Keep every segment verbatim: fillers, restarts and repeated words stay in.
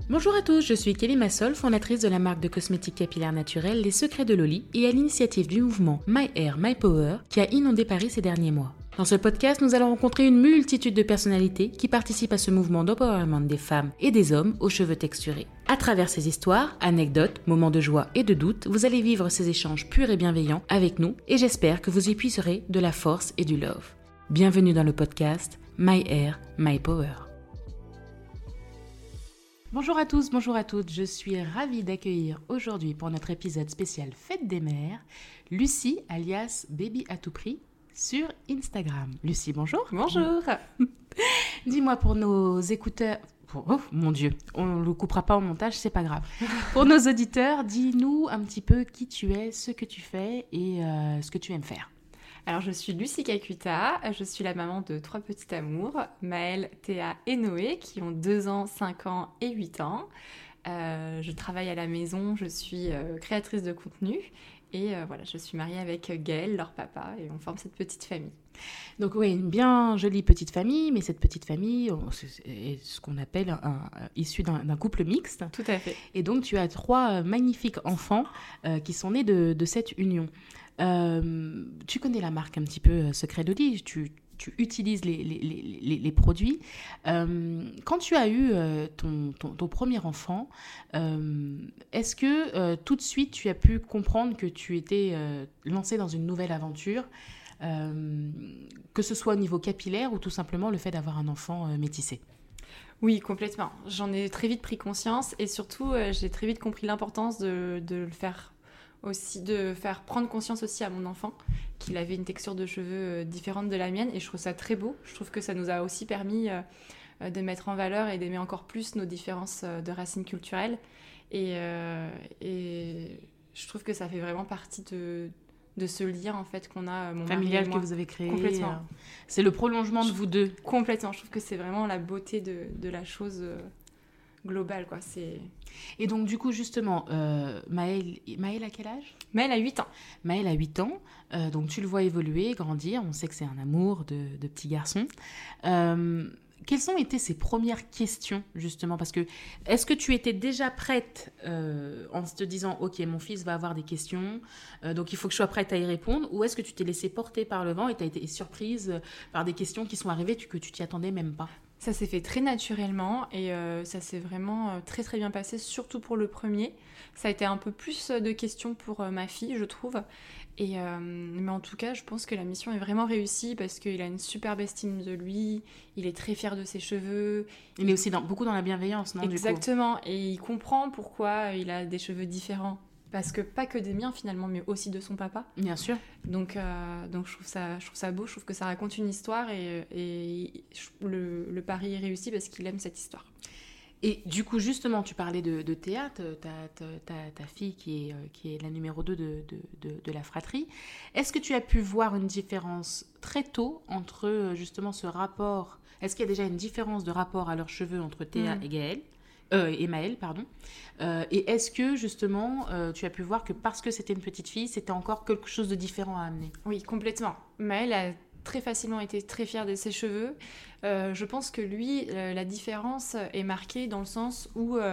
Bonjour à tous, je suis Kelly Massol, fondatrice de la marque de cosmétiques capillaires naturels Les Secrets de Loli et à l'initiative du mouvement My Hair, My Power qui a inondé Paris ces derniers mois. Dans ce podcast, nous allons rencontrer une multitude de personnalités qui participent à ce mouvement d'empowerment des femmes et des hommes aux cheveux texturés. À travers ces histoires, anecdotes, moments de joie et de doute, vous allez vivre ces échanges purs et bienveillants avec nous et j'espère que vous y puiserez de la force et du love. Bienvenue dans le podcast My Hair, My Power. Bonjour à tous, bonjour à toutes, je suis ravie d'accueillir aujourd'hui pour notre épisode spécial Fête des Mères, Lucie alias Baby à tout prix sur Instagram. Lucie, bonjour. Bonjour. Dis-moi pour nos écouteurs, pour, oh mon Dieu, on ne le coupera pas au montage, c'est pas grave. Pour nos auditeurs, dis-nous un petit peu qui tu es, ce que tu fais et euh, ce que tu aimes faire. Alors, je suis Lucie Kakuta, je suis la maman de trois petits amours, Maëlle, Théa et Noé, qui ont deux ans, cinq ans et huit ans. Euh, je travaille à la maison, je suis euh, créatrice de contenu et euh, voilà, je suis mariée avec Gaël, leur papa, et on forme cette petite famille. Donc oui, une bien jolie petite famille, mais cette petite famille est ce qu'on appelle un, un, issu d'un, d'un couple mixte. Tout à fait. Et donc tu as trois magnifiques enfants euh, qui sont nés de, de cette union. Euh, tu connais la marque un petit peu euh, Secrets de Loli, tu, tu utilises les, les, les, les produits. Euh, quand tu as eu euh, ton, ton, ton premier enfant, euh, est-ce que euh, tout de suite tu as pu comprendre que tu étais euh, lancée dans une nouvelle aventure, euh, que ce soit au niveau capillaire ou tout simplement le fait d'avoir un enfant euh, métissé ? Oui, complètement. J'en ai très vite pris conscience et surtout euh, j'ai très vite compris l'importance de, de le faire aussi, de faire prendre conscience aussi à mon enfant qu'il avait une texture de cheveux différente de la mienne et je trouve ça très beau. Je trouve que ça nous a aussi permis euh, de mettre en valeur et d'aimer encore plus nos différences de racines culturelles et, euh, et je trouve que ça fait vraiment partie de, de ce lien en fait qu'on a, mon familial mari et moi. Que vous avez créé. Complètement. Euh, c'est le prolongement de vous deux. Complètement. Je trouve que c'est vraiment la beauté de, de la chose euh, globale, quoi. C'est... Et donc, du coup, justement, euh, Maëlle, Maëlle a quel âge ? Maëlle a huit ans. Maëlle a huit ans. Euh, donc, tu le vois évoluer, grandir. On sait que c'est un amour de, de petit garçon. Euh, quelles ont été ses premières questions, justement ? Parce que, est-ce que tu étais déjà prête euh, en te disant « Ok, mon fils va avoir des questions, euh, donc il faut que je sois prête à y répondre » ou est-ce que tu t'es laissée porter par le vent et tu as été surprise par des questions qui sont arrivées que tu t'y attendais même pas ? Ça s'est fait très naturellement et euh, ça s'est vraiment euh, très très bien passé, surtout pour le premier. Ça a été un peu plus de questions pour euh, ma fille, je trouve. Et, euh, mais en tout cas, je pense que la mission est vraiment réussie parce qu'il a une superbe estime de lui, il est très fier de ses cheveux. Il, il est aussi dans, beaucoup dans la bienveillance, non ? Exactement, du coup. Et il comprend pourquoi il a des cheveux différents. Parce que pas que des miens finalement, mais aussi de son papa. Bien sûr. Donc, euh, donc je, trouve ça, je trouve ça beau, je trouve que ça raconte une histoire et, et le, le pari est réussi parce qu'il aime cette histoire. Et du coup, justement, tu parlais de, de Théa, ta, ta, ta, ta fille qui est, qui est la numéro deux de, de, de, de la fratrie. Est-ce que tu as pu voir une différence très tôt entre justement ce rapport ? Est-ce qu'il y a déjà une différence de rapport à leurs cheveux entre Théa mmh. et Gaëlle ? Euh, et Maëlle, pardon. Euh, et est-ce que, justement, euh, tu as pu voir que parce que c'était une petite fille, c'était encore quelque chose de différent à amener ? Oui, complètement. Maëlle a très facilement été très fière de ses cheveux. Euh, je pense que lui, euh, la différence est marquée dans le sens où euh,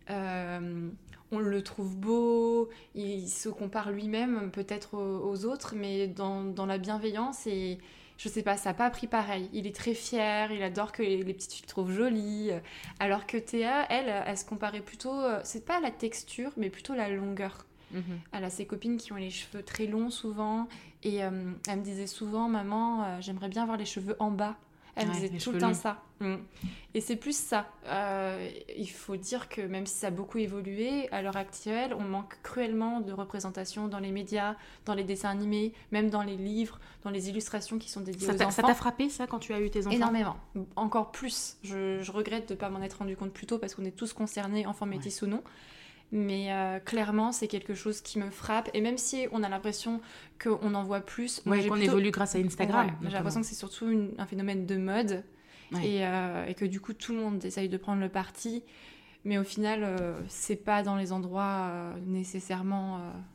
euh, on le trouve beau, il se compare lui-même peut-être aux, aux autres, mais dans, dans la bienveillance et... Je sais pas, ça n'a pas pris pareil. Il est très fier, il adore que les, les petites filles le trouvent jolies. Alors que Théa, elle, elle se comparait plutôt... C'est pas la texture, mais plutôt la longueur. Mm-hmm. Elle a ses copines qui ont les cheveux très longs souvent. Et euh, elle me disait souvent, maman, euh, j'aimerais bien avoir les cheveux en bas. Elle me ouais, disait tout le longs. temps ça. Mm. Et c'est plus ça. Euh, il faut dire que même si ça a beaucoup évolué, à l'heure actuelle, on manque cruellement de représentation dans les médias, dans les dessins animés, même dans les livres, dans les illustrations qui sont dédiées ça aux t'a, enfants. Ça t'a frappé, ça, quand tu as eu tes enfants ? Énormément. Encore plus. Je, je regrette de ne pas m'en être rendu compte plus tôt parce qu'on est tous concernés, enfants métis ouais. ou non. Mais euh, clairement, c'est quelque chose qui me frappe. Et même si on a l'impression qu'on en voit plus... Ouais, moi, j'ai qu'on plutôt... évolue grâce à Instagram. Ouais, j'ai l'impression que c'est surtout une, un phénomène de mode. Ouais. Et, euh, et que du coup, tout le monde essaye de prendre le parti. Mais au final, euh, c'est pas dans les endroits euh, nécessairement... Euh...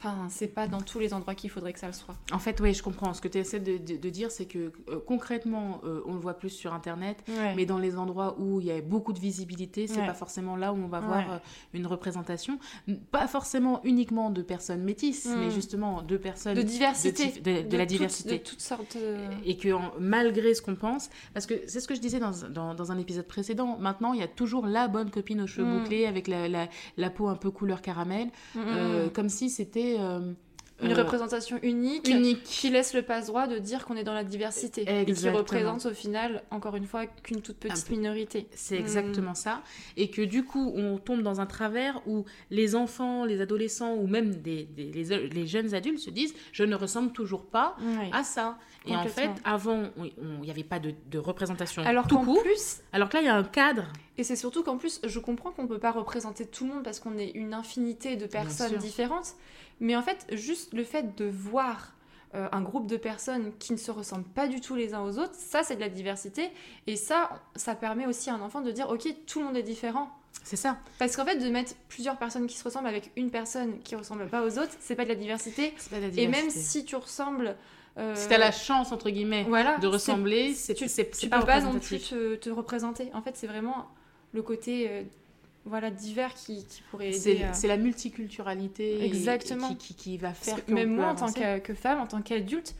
Enfin, c'est pas dans tous les endroits qu'il faudrait que ça le soit. En fait, oui, je comprends. Ce que tu essaies de, de, de dire, c'est que euh, concrètement, euh, on le voit plus sur Internet, ouais. mais dans les endroits où il y a beaucoup de visibilité, c'est ouais. pas forcément là où on va ouais. voir euh, une représentation. Pas forcément uniquement de personnes métisses, mmh. mais justement de personnes... De diversité. De, de, de, de la diversité. De toutes sortes... Euh... Et que en, malgré ce qu'on pense... Parce que c'est ce que je disais dans, dans, dans un épisode précédent. Maintenant, il y a toujours la bonne copine aux cheveux mmh. bouclés, avec la, la, la peau un peu couleur caramel, mmh. euh, comme si c'était... Euh, une euh, représentation unique, unique qui laisse le passe-droit de dire qu'on est dans la diversité. Exactement. Et qui représente au final, encore une fois, qu'une toute petite minorité. C'est exactement mmh. ça. Et que du coup, on tombe dans un travers où les enfants, les adolescents ou même des, des, les, les jeunes adultes se disent « je ne ressemble toujours pas oui. à ça ». Et en fait, avant, il n'y avait pas de, de représentation alors tout qu'en court. Plus, alors que là, il y a un cadre. Et c'est surtout qu'en plus, je comprends qu'on ne peut pas représenter tout le monde parce qu'on est une infinité de personnes différentes. Mais en fait, juste le fait de voir euh, un groupe de personnes qui ne se ressemblent pas du tout les uns aux autres, ça, c'est de la diversité. Et ça, ça permet aussi à un enfant de dire « Ok, tout le monde est différent ». C'est ça. Parce qu'en fait, de mettre plusieurs personnes qui se ressemblent avec une personne qui ne ressemble pas aux autres, c'est pas de la diversité. C'est pas de la diversité. Et même si tu ressembles... Euh... Si t'as la chance, entre guillemets, voilà, de ressembler, c'est, c'est, tu, c'est, tu c'est pas peux pas non plus te, te représenter. En fait, c'est vraiment le côté euh, voilà, divers qui, qui pourrait aider. C'est, à... c'est la multiculturalité Exactement. Qui, qui, qui va faire que même moi, en tant que, que femme, en tant qu'adulte,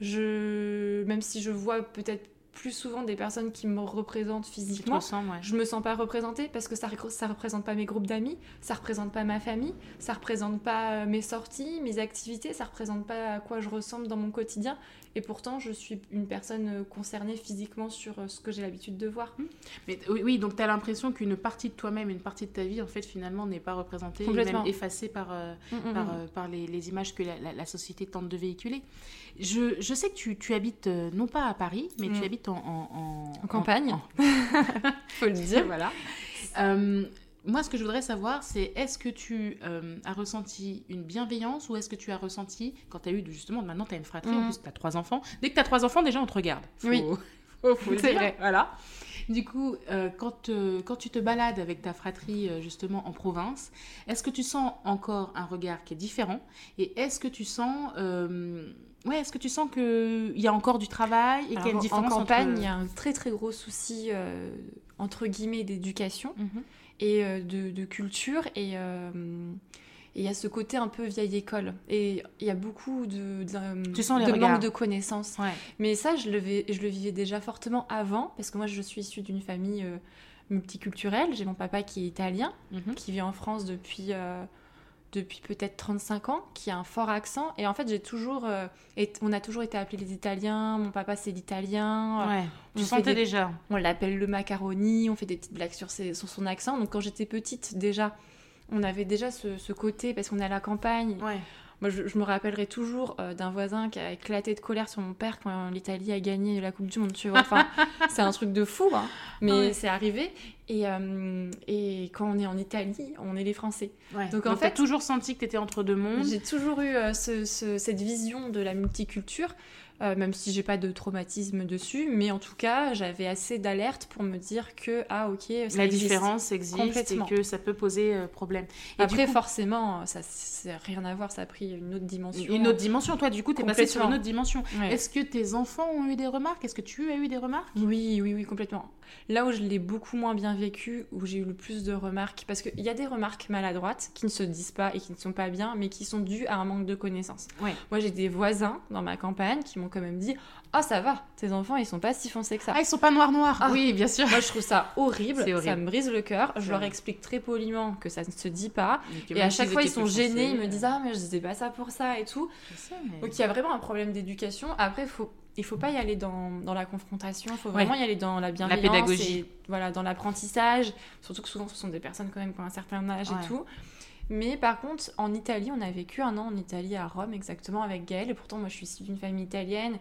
je... même si je vois peut-être plus souvent des personnes qui me représentent physiquement, ressembles, ouais. je me sens pas représentée parce que ça ça représente pas mes groupes d'amis, ça représente pas ma famille, ça représente pas mes sorties, mes activités, ça représente pas à quoi je ressemble dans mon quotidien. Et pourtant, je suis une personne concernée physiquement sur ce que j'ai l'habitude de voir. Mais, oui, oui, donc tu as l'impression qu'une partie de toi-même, une partie de ta vie, en fait, finalement, n'est pas représentée, et même effacée par, euh, mmh, par, mmh. euh, par les, les images que la, la, la société tente de véhiculer. Je, je sais que tu, tu habites, euh, non pas à Paris, mais mmh. tu habites en... En, en, en campagne. Il en... faut le dire. Voilà. Euh, Moi, ce que je voudrais savoir, c'est est-ce que tu euh, as ressenti une bienveillance ou est-ce que tu as ressenti, quand tu as eu, justement, maintenant tu as une fratrie, mmh. en plus tu as trois enfants. Dès que tu as trois enfants, déjà on te regarde. Faut, oui, faut, faut le c'est dire. vrai. Voilà. Du coup, euh, quand, euh, quand tu te balades avec ta fratrie, euh, justement, en province, est-ce que tu sens encore un regard qui est différent? Et est-ce que tu sens... Euh, Ouais, est-ce que tu sens qu'il y a encore du travail et qu'il y a une différence en campagne, entre... il y a un très très gros souci, euh, entre guillemets, d'éducation mm-hmm. et euh, de, de culture. Et euh, il y a ce côté un peu vieille école. Et il y a beaucoup de, de, tu sens les de regards. manque de connaissances. Ouais. Mais ça, je le, je le vivais déjà fortement avant, parce que moi, je suis issue d'une famille euh, multiculturelle. J'ai mon papa qui est italien, mm-hmm. qui vit en France depuis... Euh, depuis peut-être trente-cinq ans, qui a un fort accent. Et en fait, j'ai toujours... Euh, et on a toujours été appelés les Italiens. Mon papa, c'est l'italien. Ouais, tu sentais des, déjà. On l'appelle le macaroni. On fait des petites blagues sur, ses, sur son accent. Donc, quand j'étais petite, déjà, on avait déjà ce, ce côté, parce qu'on est à la campagne. Ouais. Moi, je, je me rappellerai toujours euh, d'un voisin qui a éclaté de colère sur mon père quand l'Italie a gagné la Coupe du Monde, tu vois. Enfin, c'est un truc de fou, hein. Mais ouais. c'est arrivé. Et, euh, et quand on est en Italie, on est les Français. Ouais. Donc, en Donc, fait, t'as toujours senti que t'étais entre deux mondes. J'ai toujours eu euh, ce, ce, cette vision de la multiculture. Euh, même si j'ai pas de traumatisme dessus, mais en tout cas, j'avais assez d'alerte pour me dire que, ah ok, ça la existe. différence existe et que ça peut poser euh, problème. Et après, coup, forcément, ça n'a rien à voir, ça a pris une autre dimension. Une autre dimension, toi, du coup, t'es passée sur une autre dimension. Ouais. Est-ce que tes enfants ont eu des remarques? Est-ce que tu as eu des remarques? Oui, oui, oui, complètement. Là où je l'ai beaucoup moins bien vécu, où j'ai eu le plus de remarques, parce qu'il y a des remarques maladroites qui ne se disent pas et qui ne sont pas bien, mais qui sont dues à un manque de connaissances. Ouais. Moi, j'ai des voisins dans ma campagne qui m'ont quand même dit « Ah, oh, ça va, tes enfants, ils sont pas si foncés que ça. » Ah, ils sont pas noirs-noirs. Ah, oui, bien sûr. Moi, je trouve ça horrible, horrible. Ça me brise le cœur. Je C'est leur vrai. explique très poliment que ça ne se dit pas. Et, et à chaque fois, ils sont gênés. Foncés, ils me disent « Ah, mais je disais pas ça pour ça et tout. » mais... Donc, il y a vraiment un problème d'éducation. Après, il faut... il faut pas y aller dans, dans la confrontation. Il faut vraiment ouais. y aller dans la bienveillance. La pédagogie. Et, voilà, dans l'apprentissage. Surtout que souvent, ce sont des personnes quand même qui ont un certain âge ouais. et tout. Mais par contre, en Italie, on a vécu un an en Italie, à Rome, exactement, avec Gaëlle. Et pourtant, moi, je suis issue d'une famille italienne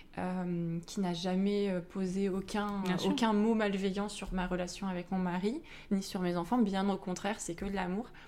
euh, qui n'a jamais posé aucun, aucun mot malveillant sur ma relation avec mon mari, ni sur mes enfants. Bien au contraire, c'est que de l'amour.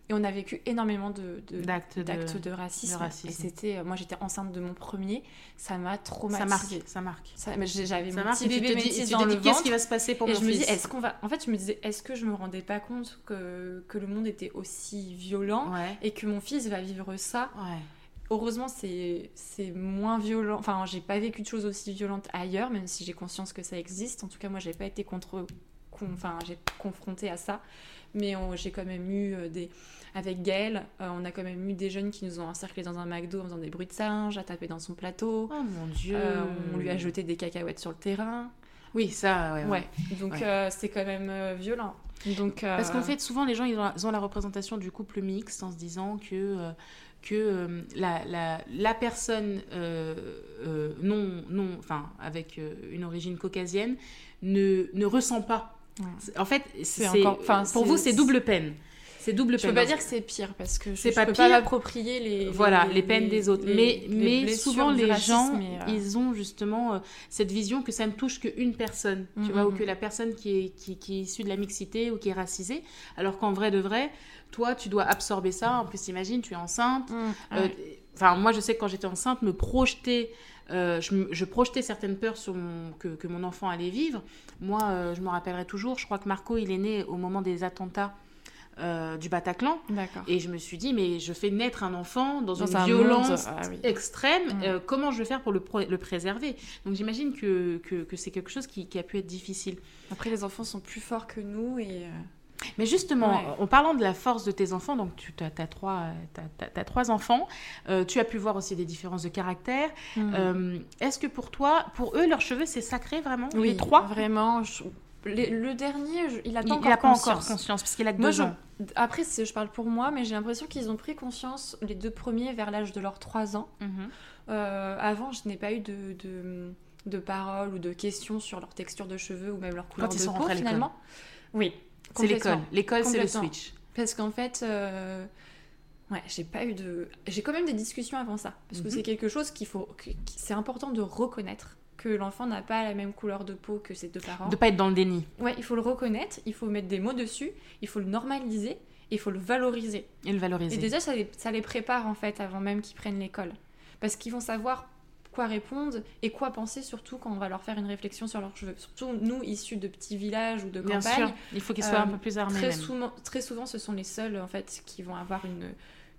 Et on a vécu énormément de, de, d'actes, d'actes de, de, racisme. de racisme. Et c'était, moi j'étais enceinte de mon premier, ça m'a traumatisée. Ça marque, ça marque. Ça, mais j'avais ça mon marque, petit bébé métis dans tu te le dis, qu'est-ce ventre. qui va se passer pour et mon je me fils dis, est-ce qu'on va... En fait, je me disais, est-ce que je me rendais pas compte que, que le monde était aussi violent ouais. et que mon fils va vivre ça. Ouais. Heureusement, c'est, c'est moins violent. Enfin, j'ai pas vécu de choses aussi violentes ailleurs, même si j'ai conscience que ça existe. En tout cas, moi, j'ai pas été contre... Enfin, j'ai confrontée à ça. Mais on, j'ai quand même eu des... Avec Gaël, euh, on a quand même eu des jeunes qui nous ont encerclés dans un McDo en faisant des bruits de singe, à taper dans son plateau. Oh mon Dieu. Euh, on lui a jeté des cacahuètes sur le terrain. Oui, ça, ouais. ouais. ouais. Donc, ouais. Euh, c'est quand même euh, violent. Donc, euh... Parce qu'en fait, souvent, les gens, ils ont, la, ils ont la représentation du couple mixte en se disant que... Euh, que euh, la, la, la personne euh, euh, non, non, enfin, avec euh, une origine caucasienne ne, ne ressent pas. Ouais. En fait, c'est, c'est encore, pour c'est, vous, c'est double peine. C'est double je peine. peux pas dire que c'est pire parce que je, c'est je pas peux pire. pas m'approprier les, voilà, les, les peines les, des autres. Les, mais les mais souvent, les racisme, gens, et, euh... ils ont justement euh, cette vision que ça ne touche qu'une personne, mm-hmm. tu vois, ou que la personne qui est, qui, qui est issue de la mixité ou qui est racisée, alors qu'en vrai de vrai, toi, tu dois absorber ça. En plus, imagine, tu es enceinte. Mm, euh, ouais. Enfin, moi, je sais que quand j'étais enceinte, me projeter... Euh, je, je projetais certaines peurs sur mon, que, que mon enfant allait vivre. Moi, euh, je me rappellerai toujours, je crois que Marco, il est né au moment des attentats euh, du Bataclan. D'accord. Et je me suis dit, mais je fais naître un enfant dans, dans une un violence ah, oui. extrême. Mmh. Euh, comment je vais faire pour le, pro- le préserver ? Donc j'imagine que, que, que c'est quelque chose qui, qui a pu être difficile. Après, les enfants sont plus forts que nous et... Euh... Mais justement, ouais. en parlant de la force de tes enfants, donc tu as trois, t'as, t'as trois enfants, euh, tu as pu voir aussi des différences de caractère. Mmh. Euh, est-ce que pour toi, pour eux, leurs cheveux, c'est sacré vraiment ? Oui, les trois ? Vraiment. Je... Les, le dernier, je... il a pas il, encore il a conscience. pas encore conscience, parce qu'il a que moi, deux je... ans. Après, c'est, je parle pour moi, mais j'ai l'impression qu'ils ont pris conscience, les deux premiers, vers l'âge de leurs trois ans. Mmh. Euh, avant, je n'ai pas eu de... de... de paroles ou de questions sur leur texture de cheveux ou même leur couleur Quand de ils sont peau, rentrés à finalement. Oui. C'est l'école. L'école, c'est le switch. Parce qu'en fait, euh... ouais, j'ai pas eu de... J'ai quand même des discussions avant ça. Parce que mm-hmm. c'est quelque chose qu'il faut... C'est important de reconnaître que l'enfant n'a pas la même couleur de peau que ses deux parents. De pas être dans le déni. Ouais, il faut le reconnaître, il faut mettre des mots dessus, il faut le normaliser, il faut le valoriser. Et le valoriser. Et déjà, ça les, ça les prépare, en fait, avant même qu'ils prennent l'école. Parce qu'ils vont savoir... quoi répondre et quoi penser, surtout quand on va leur faire une réflexion sur leurs cheveux. Surtout nous, issus de petits villages ou de campagnes. Bien sûr, il faut qu'ils soient euh, un peu plus armés. Très même. souvent, très souvent, ce sont les seuls en fait qui vont avoir une,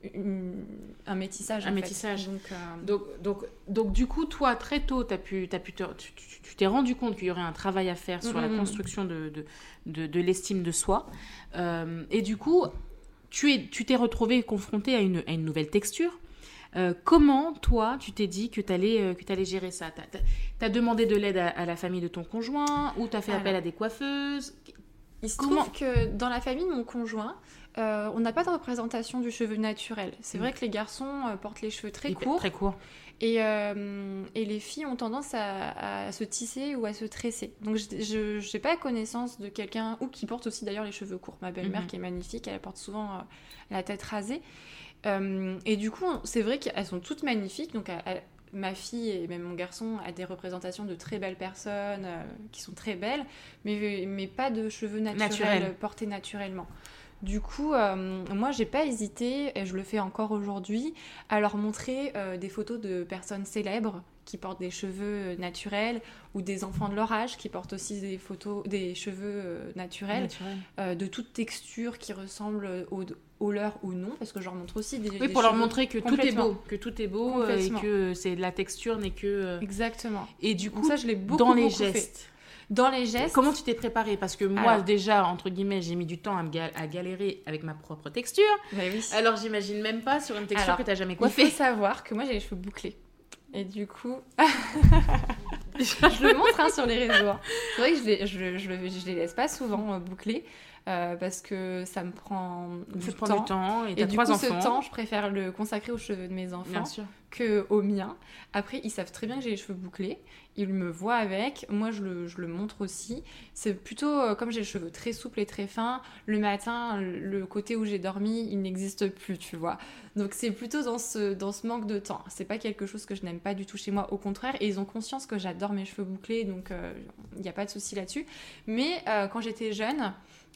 une un métissage. Un en métissage. Fait. Donc, euh... donc, donc, donc, du coup, toi, très tôt, t'as pu, t'as pu te, tu, tu, tu t'es rendu compte qu'il y aurait un travail à faire sur mm-hmm. la construction de, de, de, de l'estime de soi. Euh, et du coup, tu, es, tu t'es retrouvé confronté à une, à une nouvelle texture. Euh, comment, toi, tu t'es dit que tu allais euh, gérer ça ? Tu as demandé de l'aide à, à la famille de ton conjoint ou tu as fait Alors, appel à des coiffeuses ? Il se comment... trouve que dans la famille de mon conjoint, euh, on n'a pas de représentation du cheveu naturel. C'est mmh. vrai que les garçons euh, portent les cheveux très Hyper, courts. Très courts. Et, euh, et les filles ont tendance à, à se tisser ou à se tresser. Donc je n'ai pas connaissance de quelqu'un, ou qui porte aussi d'ailleurs les cheveux courts. Ma belle-mère mmh. qui est magnifique, elle porte souvent euh, la tête rasée. Euh, et du coup, c'est vrai qu'elles sont toutes magnifiques. Donc, elle, elle, ma fille et même mon garçon a des représentations de très belles personnes euh, qui sont très belles, mais, mais pas de cheveux naturels Naturel. portés naturellement. Du coup, euh, moi, j'ai pas hésité, et je le fais encore aujourd'hui, à leur montrer euh, des photos de personnes célèbres qui portent des cheveux naturels, ou des enfants de leur âge qui portent aussi des photos, des cheveux euh, naturels, Naturel. euh, de toute texture qui ressemble aux, aux leurs ou non, parce que je leur montre aussi des, oui, des pour leur montrer que tout est beau, que tout est beau euh, et que c'est la texture n'est que euh... exactement. Et du coup, donc ça, je l'ai beaucoup dans les beaucoup gestes. Fait. Dans les gestes. Comment tu t'es préparée ? Parce que moi, Alors, déjà, entre guillemets, j'ai mis du temps à, me gal- à galérer avec ma propre texture. Oui. Alors, j'imagine même pas sur une texture Alors, que tu n'as jamais coiffée. Il faut savoir que moi, j'ai les cheveux bouclés. Et du coup, je le montre hein, sur les réseaux. C'est vrai que je les, je, je, je les laisse pas souvent euh, bouclés. Euh, parce que ça me prend du, prend temps. du temps. Et, et du trois coup, enfants. ce temps, je préfère le consacrer aux cheveux de mes enfants qu'aux miens. Après, ils savent très bien que j'ai les cheveux bouclés. Ils me voient avec. Moi, je le, je le montre aussi. C'est plutôt, euh, comme j'ai les cheveux très souples et très fins, le matin, le côté où j'ai dormi, il n'existe plus, tu vois. Donc, c'est plutôt dans ce, dans ce manque de temps. C'est pas quelque chose que je n'aime pas du tout chez moi. Au contraire, et ils ont conscience que j'adore mes cheveux bouclés. Donc, il euh, n'y a pas de souci là-dessus. Mais euh, quand j'étais jeune...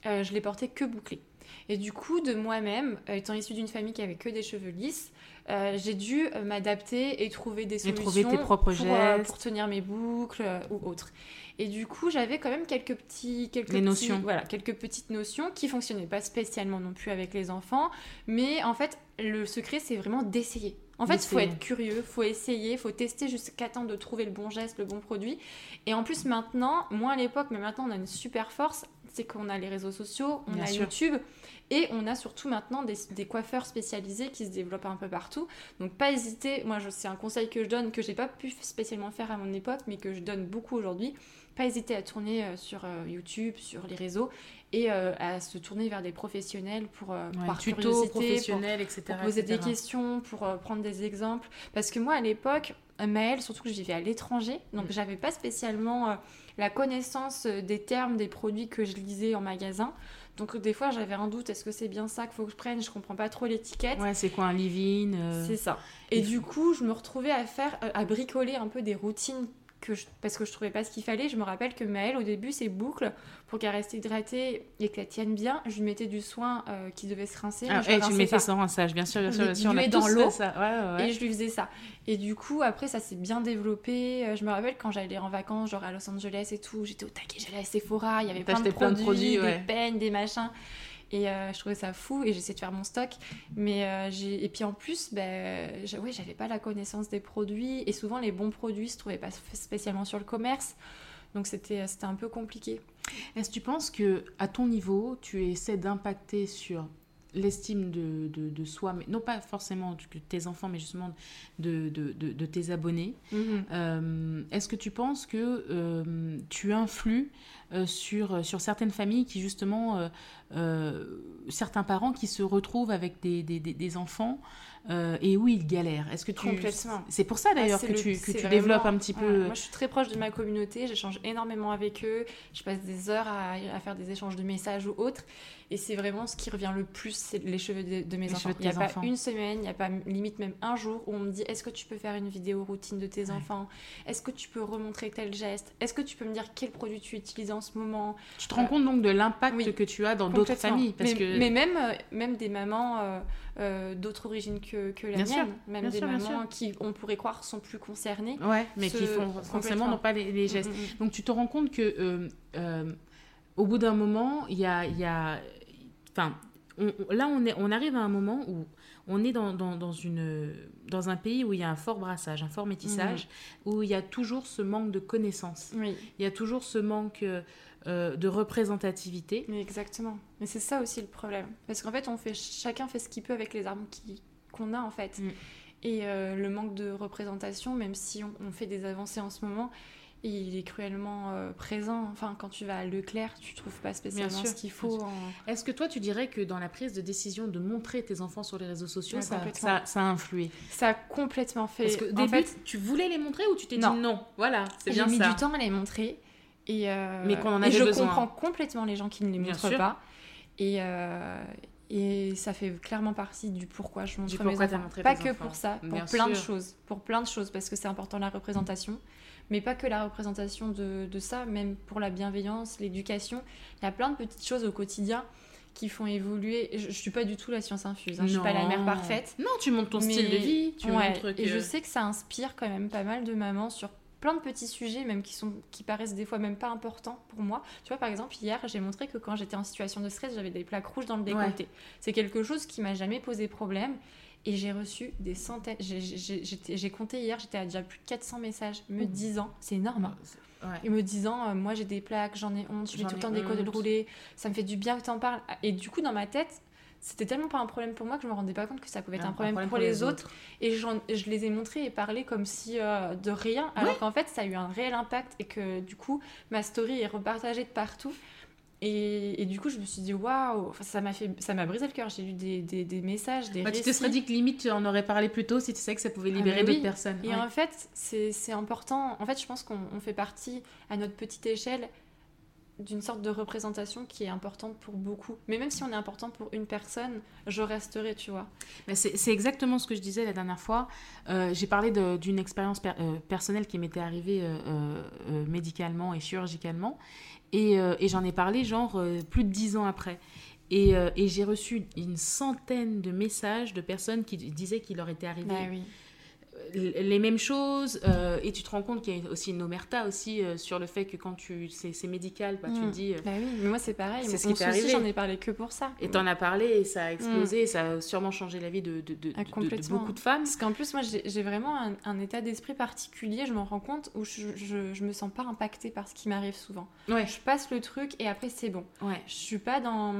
euh, je les portais que bouclés. Et du coup, de moi-même, euh, étant issue d'une famille qui avait que des cheveux lisses, euh, j'ai dû euh, m'adapter et trouver des solutions et trouver tes propres pour, euh, pour tenir mes boucles euh, ou autres. Et du coup, j'avais quand même quelques petits, quelques les petits, notions. Voilà, quelques petites notions qui fonctionnaient pas spécialement non plus avec les enfants. Mais en fait, le secret, c'est vraiment d'essayer. En fait, il faut être curieux, il faut essayer, il faut tester jusqu'à temps de trouver le bon geste, le bon produit. Et en plus, maintenant, moins à l'époque, mais maintenant, on a une super force, c'est qu'on a les réseaux sociaux, on Bien a sûr. YouTube, et on a surtout maintenant des, des coiffeurs spécialisés qui se développent un peu partout. Donc, pas hésiter. Moi, je, c'est un conseil que je donne, que j'ai pas pu spécialement faire à mon époque, mais que je donne beaucoup aujourd'hui. Pas hésiter à tourner euh, sur euh, YouTube, sur les réseaux, et euh, à se tourner vers des professionnels pour euh, ouais, par tutos curiosité, professionnels, pour, et cetera, pour poser et cetera des questions, pour euh, prendre des exemples. Parce que moi, à l'époque, Maëlle, surtout que je vivais à l'étranger, donc mm. j'avais pas spécialement euh, la connaissance des termes des produits que je lisais en magasin. Donc des fois, j'avais un doute, est-ce que c'est bien ça qu'il faut que je prenne ? Je comprends pas trop l'étiquette. Ouais, c'est quoi un leave-in euh... C'est ça. Et Il du faut... coup, je me retrouvais à faire, à bricoler un peu des routines que je, parce que je trouvais pas ce qu'il fallait. Je me rappelle que Maëlle, au début, ses boucles, pour qu'elle reste hydratée et qu'elle tienne bien, je lui mettais du soin euh, qui devait se rincer. Ah, hey, tu le mettais sans rinçage, bien sûr, bien sûr, bien sûr. On a dans l'eau, ça. Ouais, ouais. Et je lui faisais ça. Et du coup, après, ça s'est bien développé. Je me rappelle quand j'allais en vacances, genre à Los Angeles et tout, j'étais au taquet, j'allais à Sephora, il y avait plein de, plein de produits, des ouais. peignes, des machins. Et euh, je trouvais ça fou et j'essayais de faire mon stock. Mais euh, j'ai... Et puis en plus, bah, j'ai... ouais, j'avais pas la connaissance des produits. Et souvent, les bons produits se trouvaient pas spécialement sur le commerce. Donc c'était, c'était un peu compliqué. Est-ce que tu penses qu'à ton niveau, tu essaies d'impacter sur l'estime de, de, de soi, mais non pas forcément de tes enfants, mais justement de, de, de, de tes abonnés. Mm-hmm. Euh, est-ce que tu penses que euh, tu influes euh, sur, sur certaines familles qui justement, euh, euh, certains parents qui se retrouvent avec des, des, des, des enfants euh, et où ils galèrent. Est-ce que tu... Complètement. C'est pour ça d'ailleurs ah, que, le... tu, que tu vraiment... développes un petit peu... Ouais, moi je suis très proche de ma communauté, j'échange énormément avec eux, je passe des heures à, à faire des échanges de messages ou autres. Et c'est vraiment ce qui revient le plus, c'est les cheveux de, de mes les enfants. De il n'y a enfants. Pas une semaine, il n'y a pas limite même un jour où on me dit est-ce que tu peux faire une vidéo routine de tes ouais. enfants ? Est-ce que tu peux remontrer tel geste ? Est-ce que tu peux me dire quel produit tu utilises en ce moment ? Tu te rends euh, compte donc de l'impact oui, que tu as dans d'autres familles parce mais, que... mais même, euh, même des mamans euh, euh, d'autres origines que, que la bien mienne, sûr, même bien des sûr, mamans qui, on pourrait croire, sont plus concernées. Ouais, mais se... qui font forcément non pas les, les gestes. Mm-hmm. Donc tu te rends compte que euh, euh, au bout d'un moment, il y a... Y a Enfin, on, là, on, est, on arrive à un moment où on est dans, dans, dans, une, dans un pays où il y a un fort brassage, un fort métissage, mmh. où il y a toujours ce manque de connaissances. Oui. Il y a toujours ce manque euh, de représentativité. Mais exactement. Mais c'est ça aussi le problème. Parce qu'en fait, on fait, chacun fait ce qu'il peut avec les armes qui, qu'on a, en fait. Mmh. Et euh, le manque de représentation, même si on, on fait des avancées en ce moment... Et il est cruellement euh, présent. Enfin, quand tu vas à Leclerc, tu trouves pas spécialement ce qu'il faut. En... Est-ce que toi, tu dirais que dans la prise de décision de montrer tes enfants sur les réseaux sociaux, ouais, ça, ça, ça a influé ? Ça a complètement fait. Parce que au début, fait, tu voulais les montrer ou tu t'es non. dit non ? Voilà, c'est bien ça. J'ai mis du temps à les montrer. Et, euh, Mais qu'on en avait et je besoin. comprends complètement les gens qui ne les bien montrent sûr. pas. Et... Euh... Et ça fait clairement partie du pourquoi je montre du mes enfants. Pas que enfants. pour ça, pour Bien plein sûr. de choses. Pour plein de choses, parce que c'est important la représentation. Mais pas que la représentation de, de ça, même pour la bienveillance, l'éducation. Il y a plein de petites choses au quotidien qui font évoluer. Je, je suis pas du tout la science infuse, hein. Je suis pas la mère parfaite. Non, tu montres ton mais... style de vie. Tu ouais. montres que... Et je sais que ça inspire quand même pas mal de mamans sur plein de petits sujets, même qui, sont, qui paraissent des fois même pas importants pour moi. Tu vois, par exemple, hier, j'ai montré que quand j'étais en situation de stress, j'avais des plaques rouges dans le décolleté. Ouais. C'est quelque chose qui m'a jamais posé problème. Et j'ai reçu des centaines... J'ai, j'ai, j'ai, j'ai compté hier, j'étais à déjà plus de quatre cents messages me disant... C'est énorme, hein. Ouais. Et me disant, euh, moi j'ai des plaques, j'en ai honte, je vais tout le temps décoller, rouler, ça me fait du bien que t'en parles. Et du coup, dans ma tête... C'était tellement pas un problème pour moi que je me rendais pas compte que ça pouvait être un, un problème, problème pour, pour les, les autres. autres. Et je les ai montrés et parlé comme si euh, de rien, alors ouais. qu'en fait, ça a eu un réel impact et que du coup, ma story est repartagée de partout. Et, et du coup, je me suis dit, waouh, enfin, ça m'a fait, ça m'a brisé le cœur. J'ai lu des, des, des messages, des bah, récits. Tu te serais dit que limite, tu en aurais parlé plus tôt si tu savais que ça pouvait libérer ah, d'autres oui. personnes. Et ouais. en fait, c'est, c'est important. En fait, je pense qu'on on fait partie, à notre petite échelle, d'une sorte de représentation qui est importante pour beaucoup. Mais même si on est important pour une personne, je resterai, tu vois. Mais c'est, c'est exactement ce que je disais la dernière fois. Euh, j'ai parlé de, d'une expérience per, euh, personnelle qui m'était arrivée euh, euh, médicalement et chirurgicalement. Et, euh, et j'en ai parlé genre euh, plus de dix ans après. Et, euh, et j'ai reçu une centaine de messages de personnes qui disaient qu'il leur était arrivé... Bah oui. les mêmes choses euh, et tu te rends compte qu'il y a aussi une omerta aussi euh, sur le fait que quand tu c'est, c'est médical bah, mmh. tu te dis euh, bah oui mais moi c'est pareil c'est mon ce qui t'est arrivé. J'en ai parlé que pour ça et t'en as parlé et ça a explosé mmh. et ça a sûrement changé la vie de, de, de, ah, de, de beaucoup de femmes parce qu'en plus moi j'ai, j'ai vraiment un, un état d'esprit particulier, je m'en rends compte où je, je, je me sens pas impactée par ce qui m'arrive souvent. Ouais. Je passe le truc et après c'est bon. Ouais. Je suis pas dans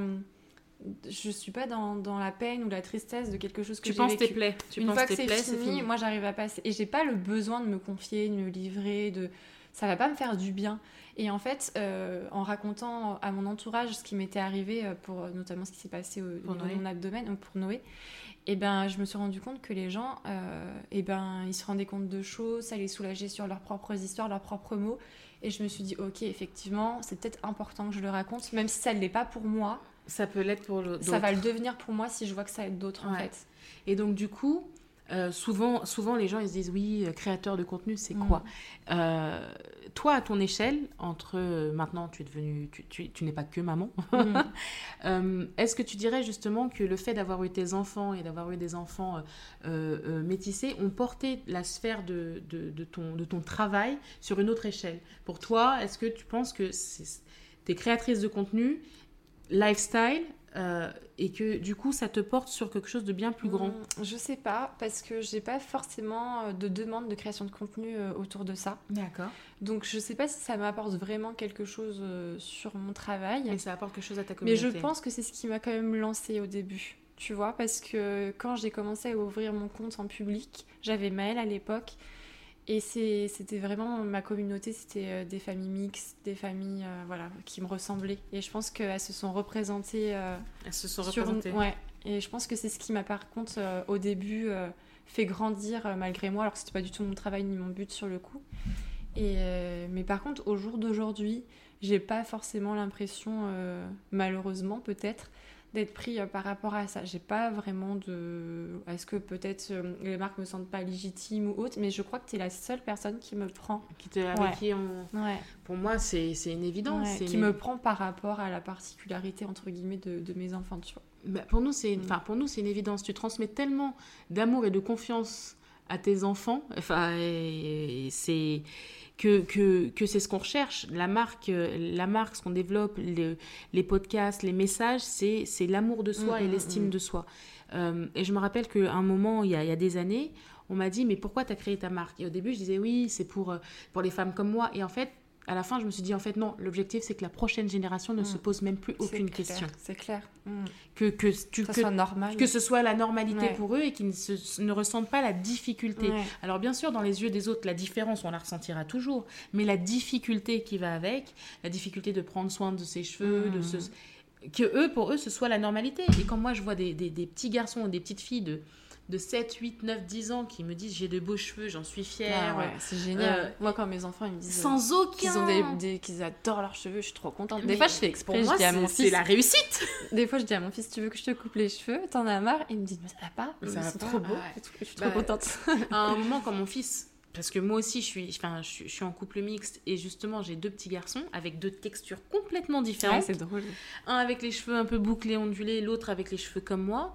je suis pas dans, dans la peine ou la tristesse de quelque chose que tu j'ai penses vécu. Tes plaies. Tu Une penses fois que tes c'est, plaies, fini, c'est fini, moi j'arrive à passer. Et j'ai pas le besoin de me confier, de me livrer, de... ça va pas me faire du bien. Et en fait, euh, en racontant à mon entourage ce qui m'était arrivé, pour notamment ce qui s'est passé au niveau de mon abdomen, pour Noé, et ben, je me suis rendu compte que les gens, euh, et ben, ils se rendaient compte de choses, ça les soulageait sur leurs propres histoires, leurs propres mots. Et je me suis dit, ok, effectivement, c'est peut-être important que je le raconte, même si ça ne l'est pas pour moi. Ça peut l'être pour d'autres. Ça va le devenir pour moi si je vois que ça aide d'autres, ouais. en fait. Et donc, du coup, euh, souvent, souvent, les gens, ils se disent, oui, créateur de contenu, c'est mmh. quoi euh, Toi, à ton échelle, entre euh, maintenant, tu es devenue, tu, tu, tu n'es pas que maman, mmh. euh, est-ce que tu dirais justement que le fait d'avoir eu tes enfants et d'avoir eu des enfants euh, euh, métissés ont porté la sphère de, de, de, ton, de ton travail sur une autre échelle ? Pour toi, est-ce que tu penses que tu es créatrice de contenu lifestyle euh, et que du coup ça te porte sur quelque chose de bien plus grand? mmh, Je sais pas, parce que j'ai pas forcément de demande de création de contenu euh, autour de ça. D'accord. Donc je sais pas si ça m'apporte vraiment quelque chose euh, sur mon travail. Et ça apporte quelque chose à ta communauté. Mais je pense que c'est ce qui m'a quand même lancée au début, tu vois, parce que quand j'ai commencé à ouvrir mon compte en public, j'avais Maëlle à l'époque. Et c'est, c'était vraiment ma communauté, c'était euh, des familles mixtes, des familles euh, voilà, qui me ressemblaient. Et je pense qu'elles se sont représentées. Euh, Elles se sont sur, représentées. Ouais. Et je pense que c'est ce qui m'a par contre euh, au début euh, fait grandir euh, malgré moi, alors que c'était pas du tout mon travail ni mon but sur le coup. Et, euh, mais par contre, au jour d'aujourd'hui, j'ai pas forcément l'impression, euh, malheureusement peut-être, d'être pris euh, par rapport à ça. J'ai pas vraiment de... Est-ce que peut-être euh, les marques me sentent pas légitimes ou autre, mais je crois que t'es la seule personne qui me prend. Qui te, avec ouais. qui on... Ouais. Pour moi, c'est, c'est une évidence. Ouais, c'est qui une... me prend par rapport à la particularité, entre guillemets, de, de mes enfants, tu vois. Bah, pour nous, c'est une... Mm. pour nous, c'est une évidence. Tu transmets tellement d'amour et de confiance à tes enfants. Enfin, et, et c'est... Que, que, que c'est ce qu'on recherche. La marque, la marque ce qu'on développe, les, les podcasts, les messages, c'est, c'est l'amour de soi mmh, et l'estime mmh. de soi. Euh, et je me rappelle qu'à un moment, il y a, il y a des années, on m'a dit « Mais pourquoi tu as créé ta marque ?» Et au début, je disais « Oui, c'est pour, pour les femmes comme moi. » Et en fait, à la fin, je me suis dit « En fait, non, l'objectif, c'est que la prochaine génération ne mmh. se pose même plus aucune c'est clair, question. » C'est clair. Mmh. Que, que, tu, que, que, soit normal. que ce soit la normalité ouais. pour eux et qu'ils ne, se, ne ressentent pas la difficulté. Ouais. Alors bien sûr, dans les yeux des autres, la différence, on la ressentira toujours, mais la difficulté qui va avec, la difficulté de prendre soin de ses cheveux, mmh. de se, que eux, pour eux, ce soit la normalité. Et quand moi, je vois des, des, des petits garçons ou des petites filles de... de sept, huit, neuf, dix ans qui me disent j'ai de beaux cheveux, j'en suis fière. Ah ouais, c'est génial. Euh, Moi, quand mes enfants ils me disent sans euh, aucun qu'ils, ont des, des, qu'ils adorent leurs cheveux, je suis trop contente. Des mais fois, je fais exprès. Pour moi, je dis à mon c'est fils, la réussite. Des fois, je dis à mon fils tu veux que je te coupe les cheveux? T'en as marre? Il me dit mais ça va pas. Mais ça c'est va trop pas. beau. Ah ouais. Je suis bah, trop contente. À un moment, quand mon fils. Parce que moi aussi, je suis, enfin, je, suis, je suis en couple mixte et justement, j'ai deux petits garçons avec deux textures complètement différentes. Ouais, c'est drôle. Un avec les cheveux un peu bouclés, ondulés, l'autre avec les cheveux comme moi.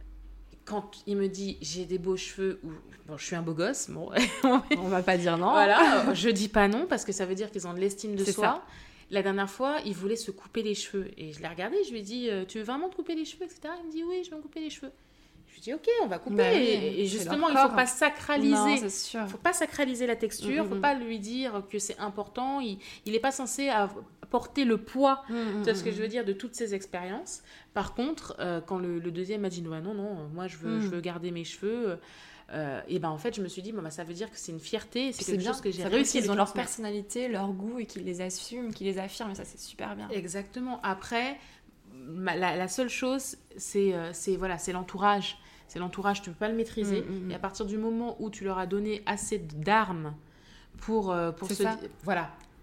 Quand il me dit j'ai des beaux cheveux ou bon, je suis un beau gosse, bon, on va pas dire non. Voilà, je dis pas non parce que ça veut dire qu'ils ont de l'estime de c'est soi. Ça. La dernière fois, il voulait se couper les cheveux et je l'ai regardé, je lui ai dit tu veux vraiment te couper les cheveux, et cetera. Il me dit oui, je vais me couper les cheveux. Je lui dis ok, on va couper. Bah oui, et, et justement, il faut pas sacraliser. Non, c'est sûr. Faut pas sacraliser la texture. Mm-hmm. Faut pas lui dire que c'est important. Il, il est pas censé porter le poids. Mm-hmm. Tu vois ce que je veux dire de toutes ces expériences. Par contre, euh, quand le, le deuxième m'a dit non, non, non, moi je veux, mm. je veux garder mes cheveux. Euh, et ben en fait, je me suis dit bon bah ça veut dire que c'est une fierté. C'est, c'est quelque bien. Chose que j'ai ça réussi. Ils ont leur personnalité, leur goût et qu'ils les assument, qu'ils les affirment. Et ça c'est super bien. Exactement. Après. La, la seule chose, c'est, euh, c'est, voilà, c'est l'entourage. C'est l'entourage, tu ne peux pas le maîtriser. Mmh, mmh. Et à partir du moment où tu leur as donné assez d'armes pour, euh, pour c'est se ça. Di- voilà.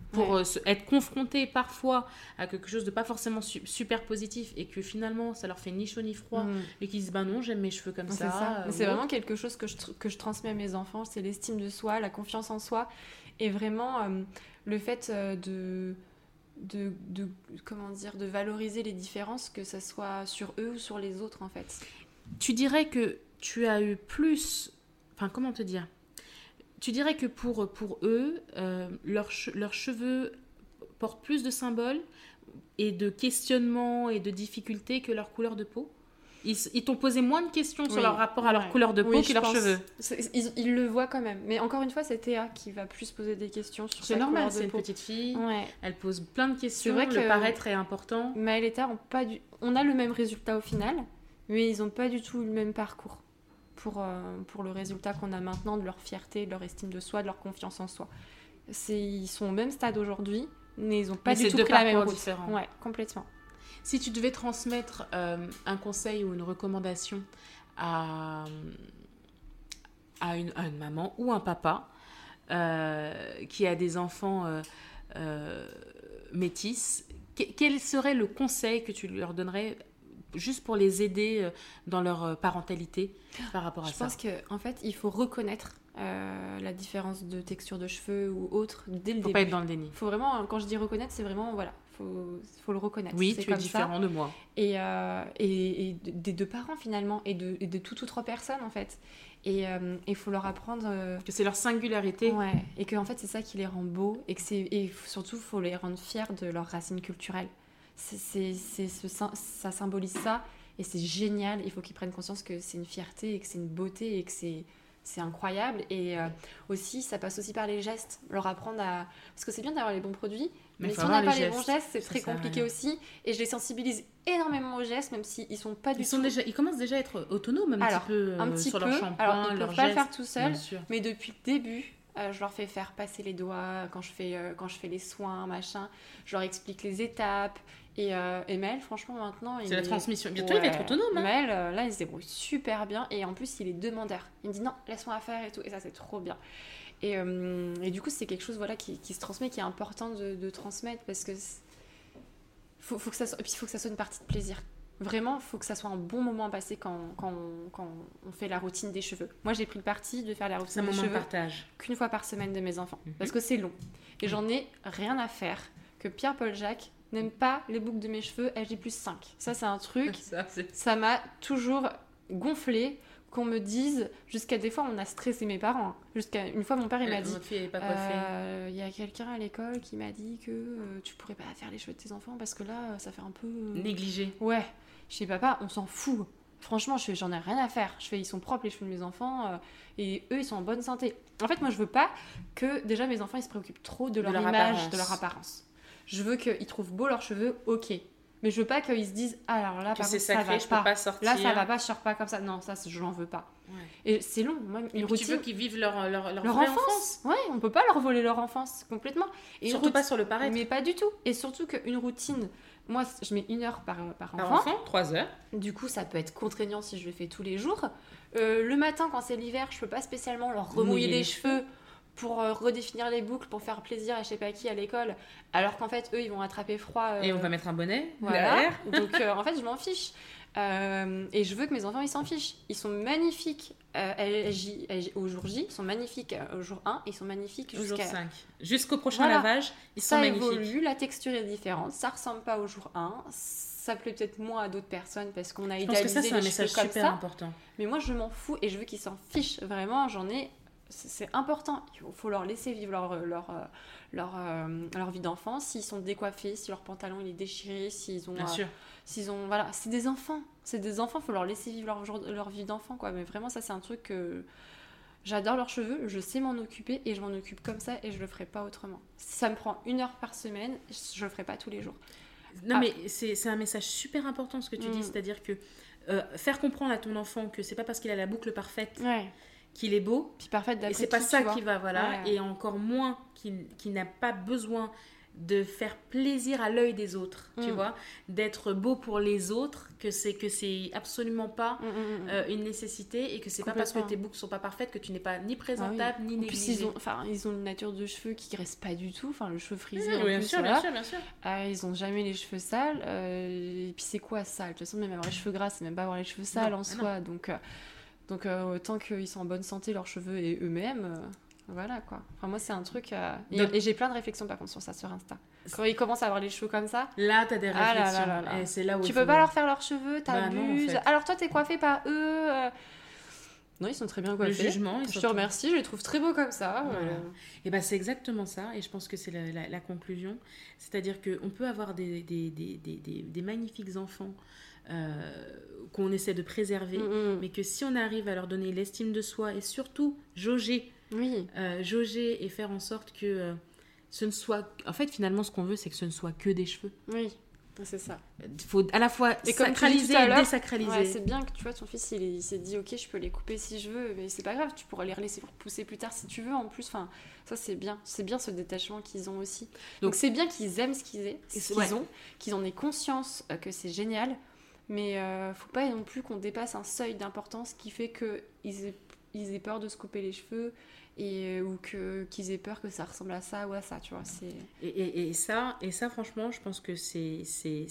pour Ouais. euh, se- être confrontés parfois à quelque chose de pas forcément su- super positif et que finalement ça leur fait ni chaud ni froid Mm. et qu'ils disent bah non j'aime mes cheveux comme C'est ça. ça. euh, Mais c'est ou vraiment autre. quelque chose que je, tr- que je transmets à mes enfants, c'est l'estime de soi, la confiance en soi, et vraiment euh, le fait euh, de, de, de, comment dire, de valoriser les différences, que ce soit sur eux ou sur les autres, en fait. Tu dirais que tu as eu plus, enfin comment te dire, tu dirais que pour, pour eux, euh, leurs, che- leurs cheveux portent plus de symboles et de questionnements et de difficultés que leur couleur de peau. Ils, s- ils t'ont posé moins de questions sur Oui, leur rapport à leur ouais. couleur de peau Oui, que je leurs pense. cheveux. C'est- Ils, ils le voient quand même. Mais encore une fois, c'est Théa qui va plus poser des questions sur C'est sa normal, couleur c'est de une peau. petite fille, Ouais. elle pose plein de questions, C'est vrai le que- paraître est important. Maëlle et Théa ont pas du... On a le même résultat au final, mais ils n'ont pas du tout le même parcours pour, euh, pour le résultat qu'on a maintenant, de leur fierté, de leur estime de soi, de leur confiance en soi. C'est... Ils sont au même stade aujourd'hui, mais ils n'ont pas Mais du c'est tout deux pris la même parcours route. différents. Ouais, complètement. Si tu devais transmettre euh, un conseil ou une recommandation à, à, une, à une maman ou un papa euh, qui a des enfants euh, euh, métis, que- quel serait le conseil que tu leur donnerais juste pour les aider euh, dans leur euh, parentalité par rapport à Je ça? pense qu'en en fait, il faut reconnaître euh, la différence de texture de cheveux ou autre dès le Faut début. pas être dans le déni. Faut vraiment, quand je dis reconnaître, c'est vraiment, voilà, faut, faut le reconnaître. Oui, c'est tu es comme ça. différent de moi. Et, euh, et, et de- des deux parents finalement, et de, et de toute autre personne en fait. Et il faut leur apprendre... euh, Que c'est leur singularité. ouais, et que en fait c'est ça qui les rend beaux, et que c'est et surtout faut les rendre fiers de leurs racines culturelles. C'est, c'est, c'est ce, sym- ça symbolise ça, et c'est génial. Il faut qu'ils prennent conscience que c'est une fierté, et que c'est une beauté, et que c'est, c'est incroyable. Et euh, aussi, ça passe aussi par les gestes, leur apprendre à... Parce que c'est bien d'avoir les bons produits, Mais mais, faut si on n'a avoir pas les les bons gestes. gestes, c'est Ça très sert à compliqué rien. aussi. Et je les sensibilise énormément aux gestes, même s'ils ne sont pas du Ils, sont tout... déjà, ils commencent déjà à être autonomes un Alors, petit peu euh, un petit sur peu. leur shampoing, Alors, ils leurs peuvent pas le gestes. faire tout seuls, Bien sûr. mais depuis le début, euh, je leur fais faire passer les doigts quand je fais, euh, quand je fais les soins, machin. Je leur explique les étapes. Et, euh, et Maël, franchement, maintenant... il C'est la est- transmission. Bientôt, il va être autonome. Hein. Maël, euh, là, il se débrouille super bien. Et en plus, il est demandeur. Il me dit non, laisse-moi faire et tout. Et ça, c'est trop bien. Et, euh, et du coup, c'est quelque chose voilà, qui, qui se transmet, qui est important de, de transmettre, parce que... Faut, faut que ça soit... Et puis, il faut que ça soit une partie de plaisir. Vraiment, il faut que ça soit un bon moment à passer quand, quand, on, quand on fait la routine des cheveux. Moi, j'ai pris le parti de faire la C'est un routine des moment de cheveux partage. qu'une fois par semaine de mes enfants. Mhm. Parce que c'est long. Et j'en ai rien à faire que Pierre-Paul Jacques n'aime pas les boucles de mes cheveux H D plus cinq. Ça, c'est un truc, Ça, c'est... ça m'a toujours gonflé qu'on me dise, jusqu'à des fois, on a stressé mes parents. Jusqu'à une fois, mon père, il m'a dit... Notre fille n'est pas coiffée. Euh, Il y a quelqu'un à l'école qui m'a dit que euh, tu pourrais pas faire les cheveux de tes enfants parce que là, ça fait un peu... euh, Négligée. Ouais, je sais papa, on s'en fout. Franchement, je fais, j'en ai rien à faire. Je fais, ils sont propres les cheveux de mes enfants euh, et eux, ils sont en bonne santé. En fait, moi, je veux pas que déjà mes enfants ils se préoccupent trop de De leur, leur image, apparence. de leur apparence. Je veux qu'ils trouvent beaux leurs cheveux, ok. Mais je veux pas qu'ils se disent, ah, alors là, Que par c'est contre, ça sacré, va je pas. peux pas sortir. Là, ça va pas, je sors pas comme ça. Non, ça, je n'en veux pas. Ouais. Et c'est long. Moi, Et une puis tu veux routine. qu'ils vivent leur, leur, leur, Leur vraie enfance. enfance. Ouais, on peut pas leur voler leur enfance complètement. Et une Surtout routine- pas sur le paraître. Mais pas du tout. Et surtout qu'une routine, moi, je mets une heure par, par enfant. Par enfant, trois heures. Du coup, ça peut être contraignant si je le fais tous les jours. Euh, le matin, quand c'est l'hiver, je peux pas spécialement leur remouiller Mouiller les les cheveux pour euh, redéfinir les boucles, pour faire plaisir à je sais pas qui à l'école. Alors qu'en fait, eux, ils vont attraper froid. euh, Et on va mettre un bonnet. voilà. derrière. Donc, euh, en fait, je m'en fiche. Euh, et je veux que mes enfants, ils s'en fichent. Ils sont magnifiques euh, à J- à J- au jour J, ils sont magnifiques euh, au jour un, et ils sont magnifiques Au jour jusqu'à... cinq. Jusqu'au prochain Voilà. lavage, ils sont Ça magnifiques. évolue, la texture est différente, ça ressemble pas au jour un, ça plaît peut-être moins à d'autres personnes parce qu'on a Je pense que idéalisé ça, c'est un les message cheveux comme super ça. important. Mais moi, je m'en fous et je veux qu'ils s'en fichent. Vraiment, j'en ai... C'est c'est important. Il faut- faut leur laisser vivre leur, leur, euh, leur, euh, leur vie d'enfant. S'ils sont décoiffés, si leur pantalon il est déchiré, s'ils ont... Bien euh, sûr. s'ils ont... Voilà, c'est des enfants. C'est des enfants, il faut leur laisser vivre leur, jour- leur vie d'enfant, quoi. Mais vraiment, ça, c'est un truc que... J'adore leurs cheveux, je sais m'en occuper et je m'en occupe comme ça et je le ferai pas autrement. Si ça me prend une heure par semaine, je le ferai pas tous les jours. Non, Ah. mais c'est c'est un message super important ce que tu Mm. dis, c'est-à-dire que euh, faire comprendre à ton enfant que c'est pas parce qu'il a la boucle parfaite Ouais. qu'il est beau, Puis parfaite et d'après c'est pas qui, ça tu vois. qui va, voilà, Ouais. et encore moins qu'il qu'il n'a pas besoin de faire plaisir à l'œil des autres, tu Mm. vois, d'être beau pour les autres, que c'est que c'est absolument pas Mm, mm, mm. euh, une nécessité et que c'est pas parce que Complètement. tes boucles sont pas parfaites que tu n'es pas ni Ah oui. présentable ni En plus, négligée. ils ont, enfin, ils ont une nature de cheveux qui ne reste pas du tout. Enfin, le cheveu frisé, Oui, en bien plus, sûr, voilà. bien sûr, bien sûr. Ah, ils ont jamais les cheveux sales. euh, et puis, c'est quoi sale? De toute façon, même avoir les cheveux gras, c'est même pas avoir les cheveux sales Non, en ah soi. Donc, euh, donc euh, tant qu'ils sont en bonne santé, leurs cheveux et eux-mêmes, euh, voilà quoi. Enfin, moi, c'est un truc. euh, Et, Donc- et j'ai plein de réflexions par contre sur ça, sur Insta. Quand ils commencent à avoir les cheveux comme ça, Là, t'as des Ah là là réflexions. là là. Et c'est là où tu il peux faut- pas leur faire leurs cheveux, Bah non, en t'abuses. fait. Alors, toi, t'es coiffé par eux. euh. Non, ils sont très bien le coiffés. jugement. ils Je sont te tout- remercie, je les trouve très beaux comme ça. Voilà. euh. Et ben c'est exactement ça, et je pense que c'est la, la- la conclusion. C'est-à-dire qu'on peut avoir des, des, des, des, des- des magnifiques enfants euh, qu'on essaie de préserver, Mm, mm. mais que si on arrive à leur donner l'estime de soi et surtout jauger, Oui. euh, jauger et faire en sorte que euh, ce ne soit... En fait, finalement, ce qu'on veut, c'est que ce ne soit que des cheveux. Oui, c'est ça. Il faut à la fois Et comme tu dis sacraliser tout à et l'heure, désacraliser. Ouais, c'est bien que tu vois, ton fils, il, est- il s'est dit, ok, je peux les couper si je veux, mais c'est pas grave, tu pourras les laisser repousser plus tard si tu veux. En plus, enfin, ça c'est bien, c'est bien ce détachement qu'ils ont aussi. Donc, Donc, c'est bien qu'ils aiment ce qu'ils aient, Et ce c'est- qu'ils ouais. ont, qu'ils en aient conscience euh, que c'est génial, mais euh, faut pas non plus qu'on dépasse un seuil d'importance qui fait que ils aient, ils aient peur de se couper les cheveux et ou que qu'ils aient peur que ça ressemble à ça ou à ça, tu vois. C'est Et, et, et ça, et ça, franchement, je pense que c'est, c'est,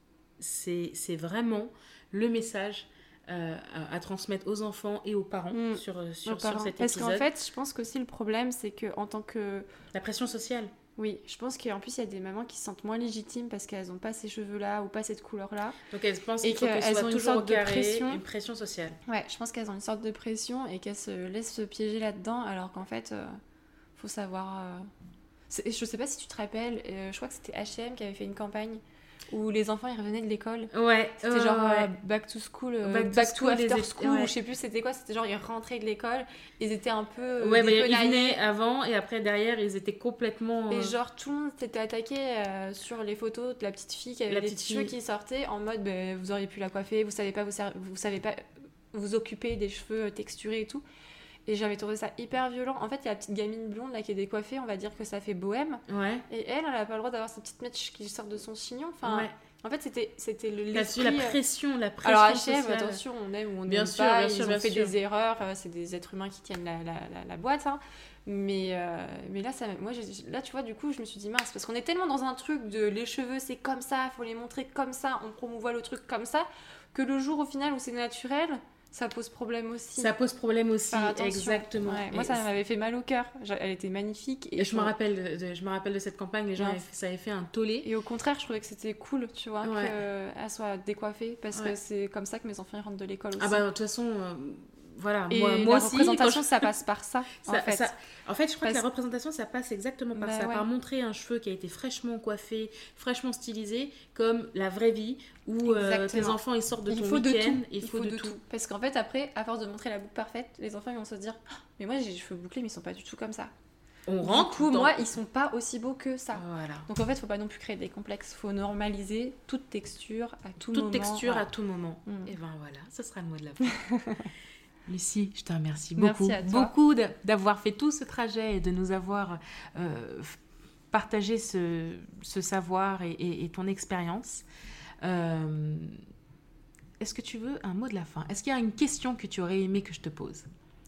c'est, c'est vraiment le message euh, à, à transmettre aux enfants et aux parents Mm. sur, sur, Nos sur parents. cet Parce épisode. qu'en fait, je pense qu'aussi le problème, c'est que en tant que La pression sociale. Oui, je pense qu'en plus, il y a des mamans qui se sentent moins légitimes parce qu'elles n'ont pas ces cheveux-là ou pas cette couleur-là. Donc elles pensent Et qu'il faut que qu'elles ce soit ont une toujours au sorte de carré, pression. une pression sociale. Ouais, je pense qu'elles ont une sorte de pression et qu'elles se laissent se piéger là-dedans alors qu'en fait, euh, faut savoir... euh, c'est- Je sais pas si tu te rappelles, euh, je crois que c'était H et M qui avait fait une campagne où les enfants, ils revenaient de l'école. Ouais. C'était ouais, genre ouais. euh, back to school, euh, Back to back to, school, les after é- school, ouais. ou je sais plus c'était quoi, c'était genre ils rentraient de l'école, ils étaient un peu euh, Ouais, bah, ils dépenaillés. venaient avant et après derrière, ils étaient complètement... Et euh, genre tout le monde s'était attaqué euh, sur les photos de la petite fille qui avait La des petite cheveux fille. qui sortaient en mode bah, vous auriez pu la coiffer, vous savez pas vous, ser- vous savez pas vous occuper des cheveux texturés et tout. Et j'avais trouvé ça hyper violent. En fait, il y a la petite gamine blonde là qui est décoiffée, on va dire que ça fait bohème. Ouais. Et elle, elle a pas le droit d'avoir sa petite mèche qui sort de son chignon. Enfin, ouais. en fait, c'était c'était le La, l'esprit, la euh, pression, la pression Alors H et M, sociale. attention, on aime ou on Bien n'aime sûr, pas, bien ils sûr, ont bien fait sûr. des erreurs, euh, c'est des êtres humains qui tiennent la, la, la, la boîte, hein. mais, euh, mais là, ça, moi, j'ai- là, tu vois, du coup, je me suis dit mince, parce qu'on est tellement dans un truc de les cheveux, c'est comme ça, faut les montrer comme ça, on promouvoit le truc comme ça, que le jour au final où c'est naturel, ça pose problème aussi. Ça pose problème aussi, Faire attention. exactement. Ouais, Et moi, ça m'avait fait mal au cœur, J'a- elle était magnifique. Et je me rappelle de, de- je me rappelle de cette campagne, les gens Ouais. avaient fait- ça avait fait un tollé. Et au contraire, je trouvais que c'était cool, tu vois, Ouais. qu'elle soit décoiffée, parce Ouais. que c'est comme ça que mes enfants ils rentrent de l'école aussi. Ah bah de toute façon, euh, voilà, Et moi, moi la aussi. représentation, quand je- ça passe par ça, en ça- fait. ça- en fait, je crois que Parce- la représentation, ça passe exactement par Bah ça, ouais. par montrer un cheveu qui a été fraîchement coiffé, fraîchement stylisé, comme la vraie vie, où euh, tes Exactement. enfants ils sortent de il ton faut de week-end, tout. il faut, de, tout. Parce qu'en fait, après, à force de montrer la boucle parfaite, les enfants ils vont se dire ah, mais moi j'ai les cheveux bouclés, mais ils sont pas du tout comme ça. On Du rentre coup, dans- moi, ils sont pas aussi beaux que ça. Voilà. Donc en fait, faut pas non plus créer des complexes. Faut normaliser toute texture à tout Toute moment. texture Ouais. à tout moment. Mm. Et ben voilà, ce sera le mot de la fin. Lucie, je te remercie Merci beaucoup, à toi. beaucoup d- d'avoir fait tout ce trajet et de nous avoir euh, f- partagé ce, ce savoir et, et- et ton expérience. Euh, Est-ce que tu veux un mot de la fin? Est-ce qu'il y a une question que tu aurais aimé que je te pose?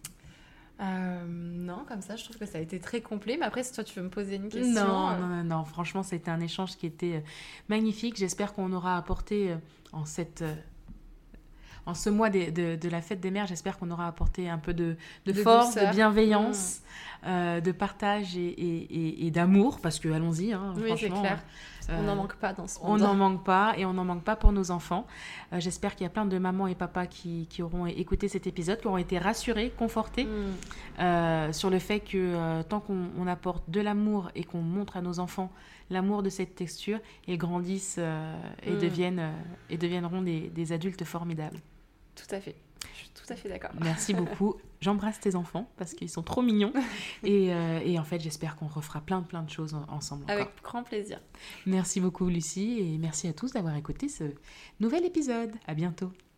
Euh, non, comme ça, je trouve que ça a été très complet. Mais après, si toi tu veux me poser une question. Non, euh, non, non, non. Franchement, c'était un échange qui était euh, magnifique. J'espère qu'on aura apporté euh, en cette... euh, en ce mois des- de, de la fête des mères, j'espère qu'on aura apporté un peu de, de, De force, douceur. de bienveillance, euh, de partage et, et- et- et d'amour, parce que allons-y, hein, Oui, c'est franchement. clair. euh, On n'en manque pas dans ce On monde. n'en manque pas et on n'en manque pas pour nos enfants. Euh, j'espère qu'il y a plein de mamans et papas qui, qui auront écouté cet épisode, qui auront été rassurés, confortés Mm. euh, sur le fait que euh, tant qu'on on apporte de l'amour et qu'on montre à nos enfants l'amour de cette texture, ils grandissent euh, et, Mm. deviennent, euh, et deviendront des, des adultes formidables. Tout à fait. Je suis tout à fait d'accord. Merci beaucoup. J'embrasse tes enfants parce qu'ils sont trop mignons. Et, euh, et en fait, j'espère qu'on refera plein, plein de choses en- ensemble encore. Avec grand plaisir. Merci beaucoup, Lucie. Et merci à tous d'avoir écouté ce nouvel épisode. À bientôt.